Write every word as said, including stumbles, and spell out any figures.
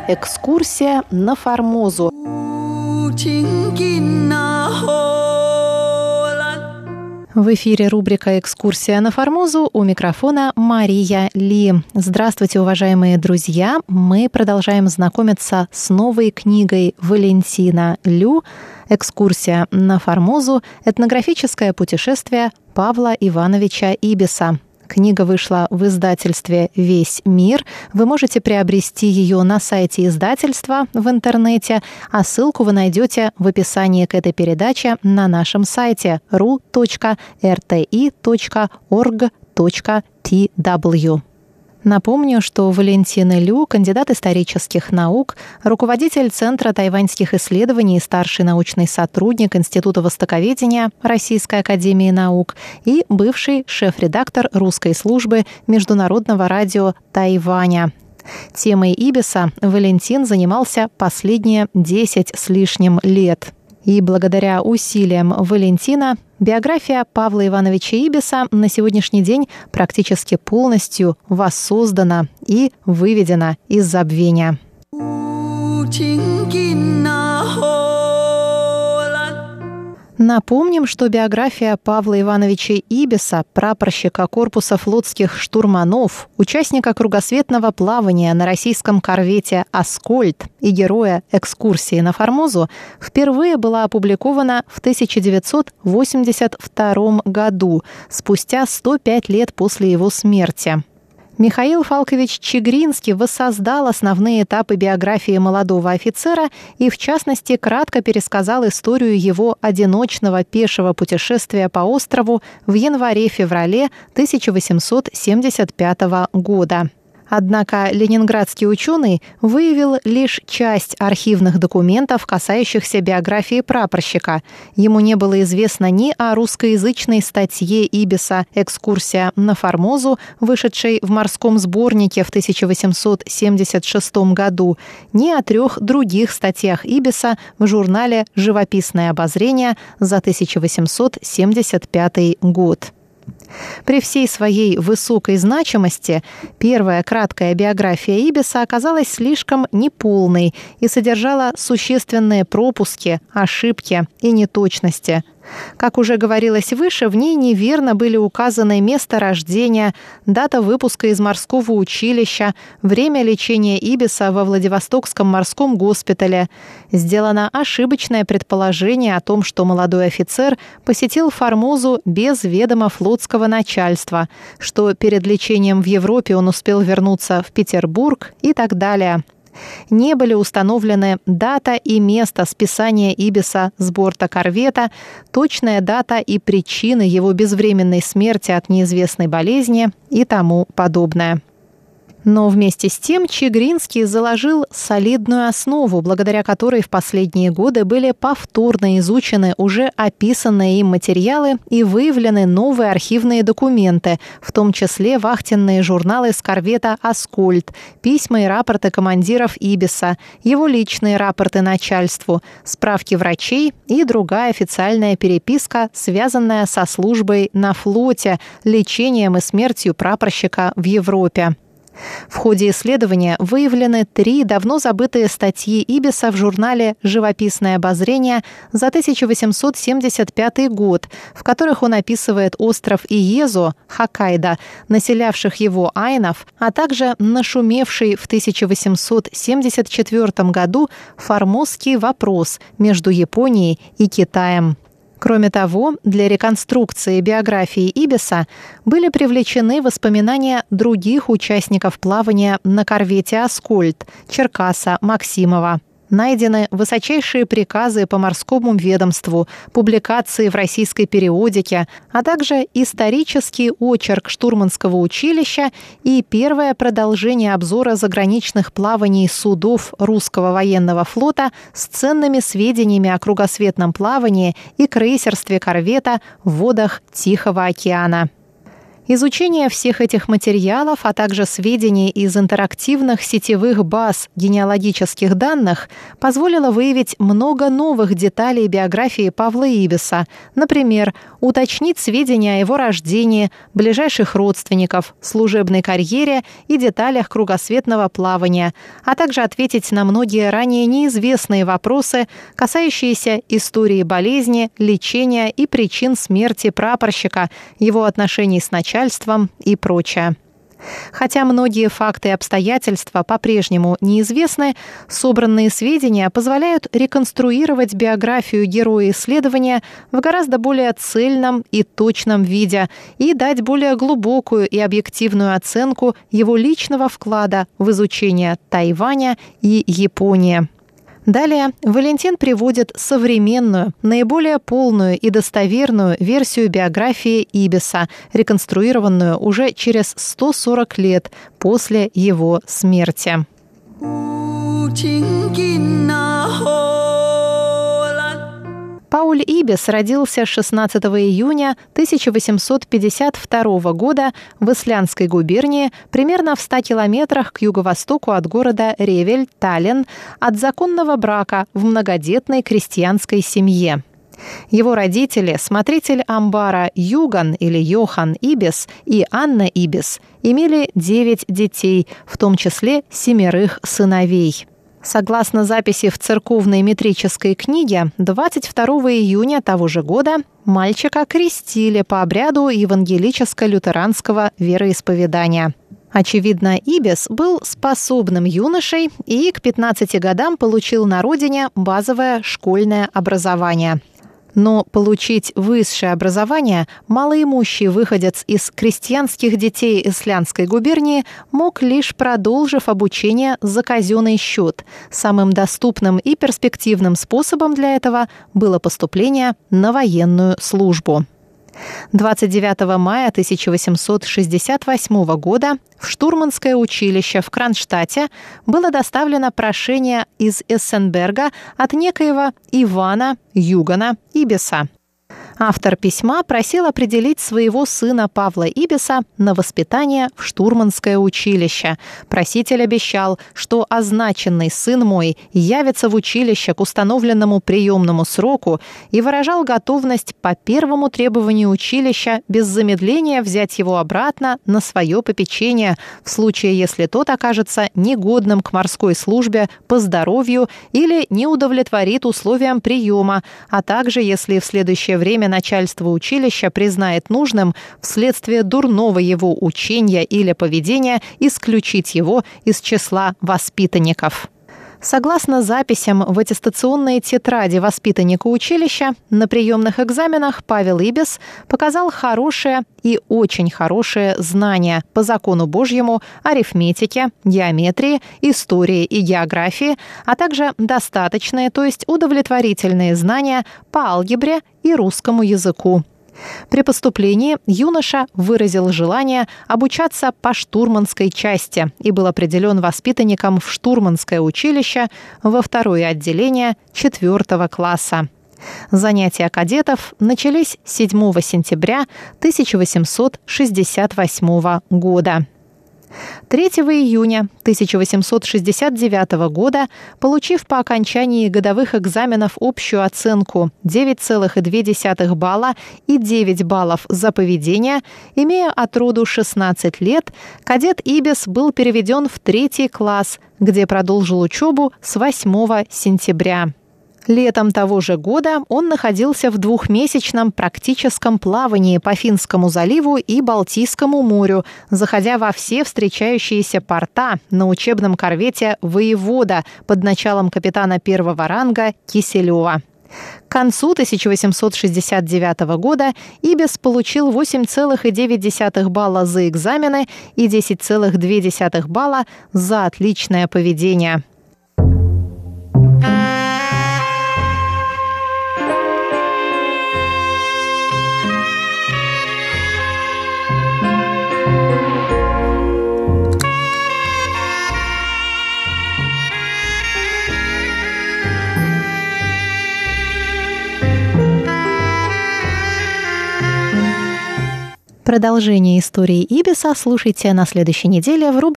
Экскурсия на Формозу. В эфире рубрика «Экскурсия на Формозу», у микрофона Мария Ли. Здравствуйте, уважаемые друзья! Мы продолжаем знакомиться с новой книгой Валентина Лю «Экскурсия на Формозу. Этнографическое путешествие Павла Ивановича Ибиса». Книга вышла в издательстве «Весь мир». Вы можете приобрести ее на сайте издательства в интернете, а ссылку вы найдете в описании к этой передаче на нашем сайте ру точка эр тэ и точка орг точка ти дабл ю. Напомню, что Валентина Лю – кандидат исторических наук, руководитель Центра тайваньских исследований и старший научный сотрудник Института востоковедения Российской академии наук и бывший шеф-редактор русской службы Международного радио Тайваня. Темой Ибиса Валентин занимался последние десять с лишним лет. И благодаря усилиям Валентина биография Павла Ивановича Ибиса на сегодняшний день практически полностью воссоздана и выведена из забвения. Напомним, что биография Павла Ивановича Ибиса, прапорщика корпуса флотских штурманов, участника кругосветного плавания на российском корвете «Аскольд» и героя экскурсии на Формозу, впервые была опубликована в тысяча девятьсот восемьдесят втором году, спустя сто пять лет после его смерти. Михаил Фалкович Чигринский воссоздал основные этапы биографии молодого офицера и, в частности, кратко пересказал историю его одиночного пешего путешествия по острову в январе-феврале тысяча восемьсот семьдесят пятого года. Однако ленинградский ученый выявил лишь часть архивных документов, касающихся биографии прапорщика. Ему не было известно ни о русскоязычной статье Ибиса «Экскурсия на Формозу», вышедшей в морском сборнике в тысяча восемьсот семьдесят шестом году, ни о трех других статьях Ибиса в журнале «Живописное обозрение» за тысяча восемьсот семьдесят пятый год. При всей своей высокой значимости первая краткая биография Ибиса оказалась слишком неполной и содержала существенные пропуски, ошибки и неточности. Как уже говорилось выше, в ней неверно были указаны место рождения, дата выпуска из морского училища, время лечения Ибиса во Владивостокском морском госпитале. Сделано ошибочное предположение о том, что молодой офицер посетил Формозу без ведома флотского начальства, что перед лечением в Европе он успел вернуться в Петербург и так далее. Не были установлены дата и место списания Ибиса с борта корвета, точная дата и причины его безвременной смерти от неизвестной болезни и тому подобное. Но вместе с тем Чигринский заложил солидную основу, благодаря которой в последние годы были повторно изучены уже описанные им материалы и выявлены новые архивные документы, в том числе вахтенные журналы с корвета «Аскольд», письма и рапорты командиров Ибиса, его личные рапорты начальству, справки врачей и другая официальная переписка, связанная со службой на флоте, лечением и смертью прапорщика в Европе. В ходе исследования выявлены три давно забытые статьи Ибиса в журнале «Живописное обозрение» за тысяча восемьсот семьдесят пятый год, в которых он описывает остров Иезу, Хоккайдо, населявших его айнов, а также нашумевший в тысяча восемьсот семьдесят четвёртом году Формозский вопрос между Японией и Китаем. Кроме того, для реконструкции биографии Ибиса были привлечены воспоминания других участников плавания на корвете «Аскольд» Черкаса Максимова. Найдены высочайшие приказы по морскому ведомству, публикации в российской периодике, а также исторический очерк штурманского училища и первое продолжение обзора заграничных плаваний судов русского военного флота с ценными сведениями о кругосветном плавании и крейсерстве корвета в водах Тихого океана. Изучение всех этих материалов, а также сведений из интерактивных сетевых баз генеалогических данных позволило выявить много новых деталей биографии Павла Ибиса. Например, уточнить сведения о его рождении, ближайших родственников, служебной карьере и деталях кругосветного плавания, а также ответить на многие ранее неизвестные вопросы, касающиеся истории болезни, лечения и причин смерти прапорщика, его отношений с начальством и прочее. Хотя многие факты и обстоятельства по-прежнему неизвестны, собранные сведения позволяют реконструировать биографию героя исследования в гораздо более цельном и точном виде и дать более глубокую и объективную оценку его личного вклада в изучение Тайваня и Японии. Далее Валентин приводит современную, наиболее полную и достоверную версию биографии Ибиса, реконструированную уже через сто сорок лет после его смерти. Пауль Ибис родился шестнадцатого июня тысяча восемьсот пятьдесят второго года в Исландской губернии, примерно в ста километрах к юго-востоку от города Ревель, Таллин, от законного брака в многодетной крестьянской семье. Его родители, смотритель амбара Юган или Йохан Ибис и Анна Ибис, имели девять детей, в том числе семерых сыновей. Согласно записи в церковной метрической книге, двадцать второго июня того же года мальчика крестили по обряду евангелическо-лютеранского вероисповедания. Очевидно, Ибис был способным юношей и к пятнадцати годам получил на родине базовое школьное образование. Но получить высшее образование малоимущий выходец из крестьянских детей Исландской губернии мог, лишь продолжив обучение за казенный счет. Самым доступным и перспективным способом для этого было поступление на военную службу. двадцать девятого мая тысяча восемьсот шестьдесят восьмого года в штурманское училище в Кронштадте было доставлено прошение из Эссенберга от некоего Ивана Югана Ибиса. Автор письма просил определить своего сына Павла Ибиса на воспитание в штурманское училище. Проситель обещал, что означенный сын мой явится в училище к установленному приемному сроку и выражал готовность по первому требованию училища без замедления взять его обратно на свое попечение в случае, если тот окажется негодным к морской службе по здоровью или не удовлетворит условиям приема, а также если в следующее время начальство училища признает нужным вследствие дурного его учения или поведения исключить его из числа воспитанников. Согласно записям в аттестационной тетради воспитанника училища, на приемных экзаменах Павел Ибис показал хорошее и очень хорошее знания по закону Божьему, арифметике, геометрии, истории и географии, а также достаточные, то есть удовлетворительные знания по алгебре и русскому языку. При поступлении юноша выразил желание обучаться по штурманской части и был определен воспитанником в штурманское училище во второе отделение четвертого класса. Занятия кадетов начались седьмого сентября тысяча восемьсот шестьдесят восьмого года. третьего июня тысяча восемьсот шестьдесят девятого года, получив по окончании годовых экзаменов общую оценку девять целых две десятых балла и девять баллов за поведение, имея от роду шестнадцать лет, кадет Ибис был переведен в третий класс, где продолжил учебу с восьмого сентября. Летом того же года он находился в двухмесячном практическом плавании по Финскому заливу и Балтийскому морю, заходя во все встречающиеся порта на учебном корвете «Воевода» под началом капитана первого ранга Киселева. К концу тысяча восемьсот шестьдесят девятого года Ибис получил восемь целых девять десятых балла за экзамены и десять целых две десятых балла за отличное поведение. Продолжение истории Ибиса слушайте на следующей неделе в рубрике